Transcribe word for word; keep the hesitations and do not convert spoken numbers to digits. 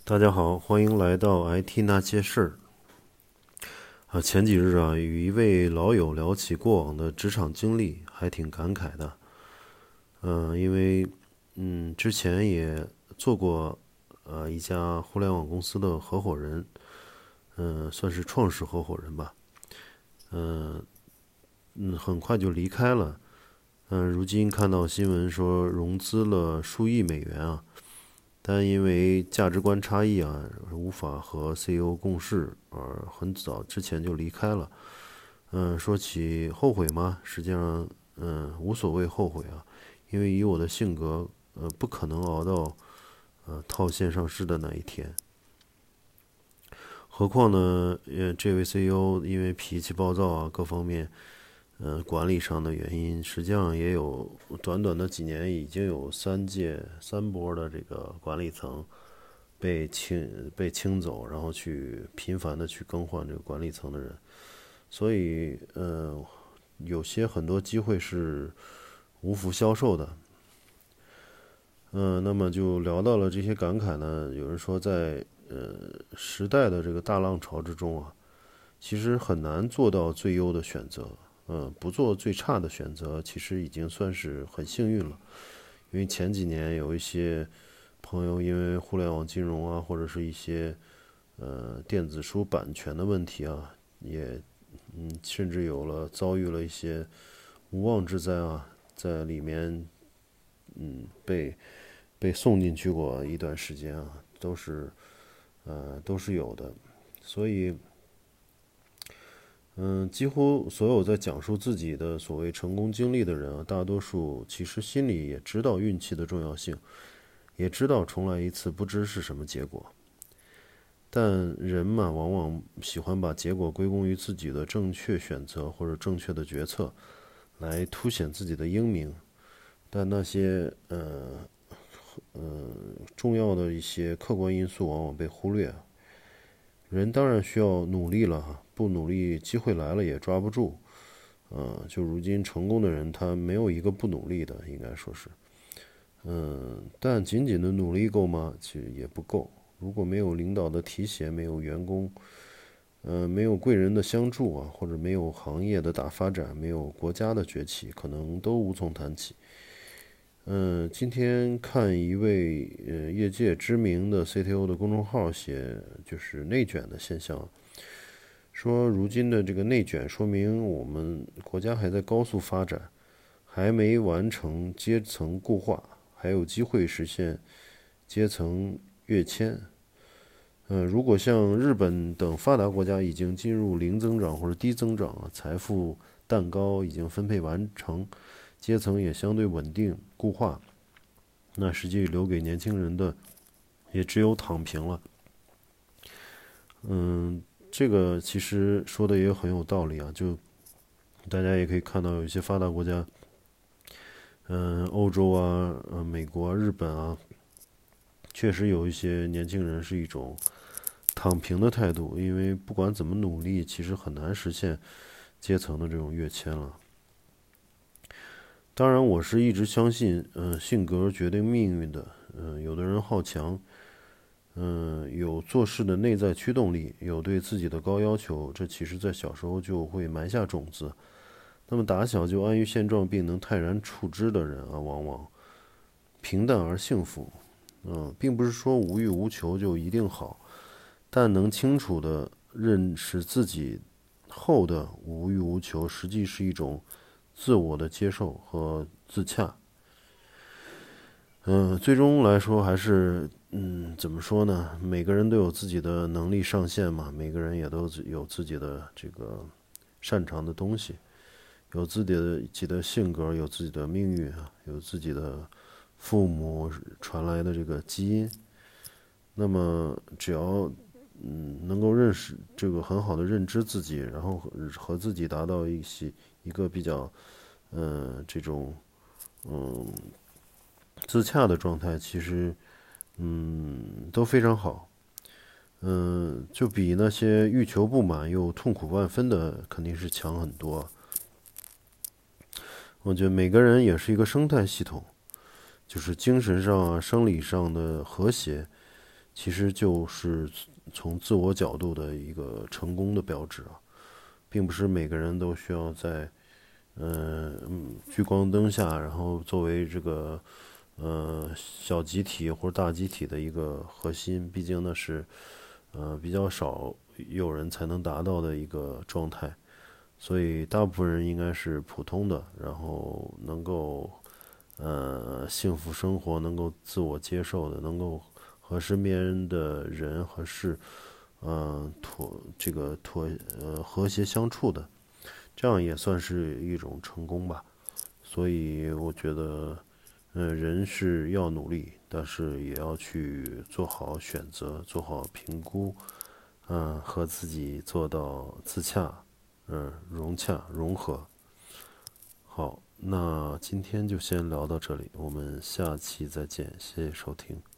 大家好，欢迎来到 I T 那些事儿。啊，前几日啊，与一位老友聊起过往的职场经历，还挺感慨的。嗯、呃，因为嗯，之前也做过呃一家互联网公司的合伙人，嗯、呃，算是创始合伙人吧。嗯、呃、嗯，很快就离开了。嗯、呃，如今看到新闻说融资了数亿美元啊。但因为价值观差异啊，无法和 C E O 共事，而很早之前就离开了。嗯，说起后悔吗？实际上，嗯，无所谓后悔啊，因为以我的性格，呃，不可能熬到呃套现上市的那一天。何况呢，呃，这位 C E O 因为脾气暴躁啊，各方面，呃，管理上的原因，实际上也有短短的几年，已经有三届三波的这个管理层。被清被清走，然后去频繁的去更换这个管理层的人，所以呃，有些很多机会是无福消受的。嗯、呃，那么就聊到了这些感慨呢。有人说在，呃时代的这个大浪潮之中啊，其实很难做到最优的选择。嗯、呃，不做最差的选择，其实已经算是很幸运了。因为前几年有一些朋友因为互联网金融啊，或者是一些呃电子书版权的问题啊，也嗯甚至有了遭遇了一些无妄之灾啊，在里面嗯被被送进去过一段时间啊，都是呃都是有的。所以嗯，几乎所有在讲述自己的所谓成功经历的人啊，大多数其实心里也知道运气的重要性，也知道重来一次不知是什么结果。但人嘛，往往喜欢把结果归功于自己的正确选择或者正确的决策，来凸显自己的英明。但那些呃呃重要的一些客观因素往往被忽略。人当然需要努力了哈，不努力，机会来了也抓不住。呃，就如今成功的人，他没有一个不努力的，应该说是。嗯，但仅仅的努力够吗？其实也不够。如果没有领导的提携，没有员工，呃，没有贵人的相助啊，或者没有行业的大发展，没有国家的崛起，可能都无从谈起。嗯、呃，今天看一位呃业界知名的 C T O 的公众号写，就是内卷的现象，说如今的这个内卷说明我们国家还在高速发展，还没完成阶层固化，还有机会实现阶层跃迁。呃，如果像日本等发达国家已经进入零增长或者低增长，财富蛋糕已经分配完成，阶层也相对稳定固化，那实际留给年轻人的也只有躺平了。嗯，这个其实说的也很有道理啊，就大家也可以看到有一些发达国家，嗯，欧洲啊，呃，美国啊、日本啊，确实有一些年轻人是一种躺平的态度，因为不管怎么努力，其实很难实现阶层的这种跃迁了。当然，我是一直相信，嗯、呃，性格决定命运的。嗯、呃，有的人好强，嗯、呃，有做事的内在驱动力，有对自己的高要求，这其实在小时候就会埋下种子。那么打小就安于现状并能泰然处之的人啊，往往平淡而幸福。嗯、呃，并不是说无欲无求就一定好，但能清楚地认识自己后的无欲无求，实际是一种自我的接受和自洽。嗯、呃，最终来说还是，嗯，怎么说呢？每个人都有自己的能力上限嘛，每个人也都有自己的这个擅长的东西，有自己的自己的性格，有自己的命运啊，有自己的父母传来的这个基因。那么只要嗯能够认识这个很好的认知自己，然后和和自己达到一些一个比较呃这种嗯自洽的状态，其实嗯都非常好。嗯，就比那些欲求不满又痛苦万分的肯定是强很多。我觉得每个人也是一个生态系统，就是精神上啊、生理上的和谐， 其实就是从自我角度的一个成功的标志啊，并不是每个人都需要在嗯、呃、聚光灯下，然后作为这个呃小集体或者大集体的一个核心，毕竟那是呃比较少有人才能达到的一个状态。所以大部分人应该是普通的，然后能够呃幸福生活，能够自我接受的，能够和身边的人和事，呃妥这个妥呃和谐相处的，这样也算是一种成功吧。所以我觉得，呃，人是要努力，但是也要去做好选择，做好评估，嗯、呃和自己做到自洽，嗯，融洽融合。好，那今天就先聊到这里，我们下期再见，谢谢收听。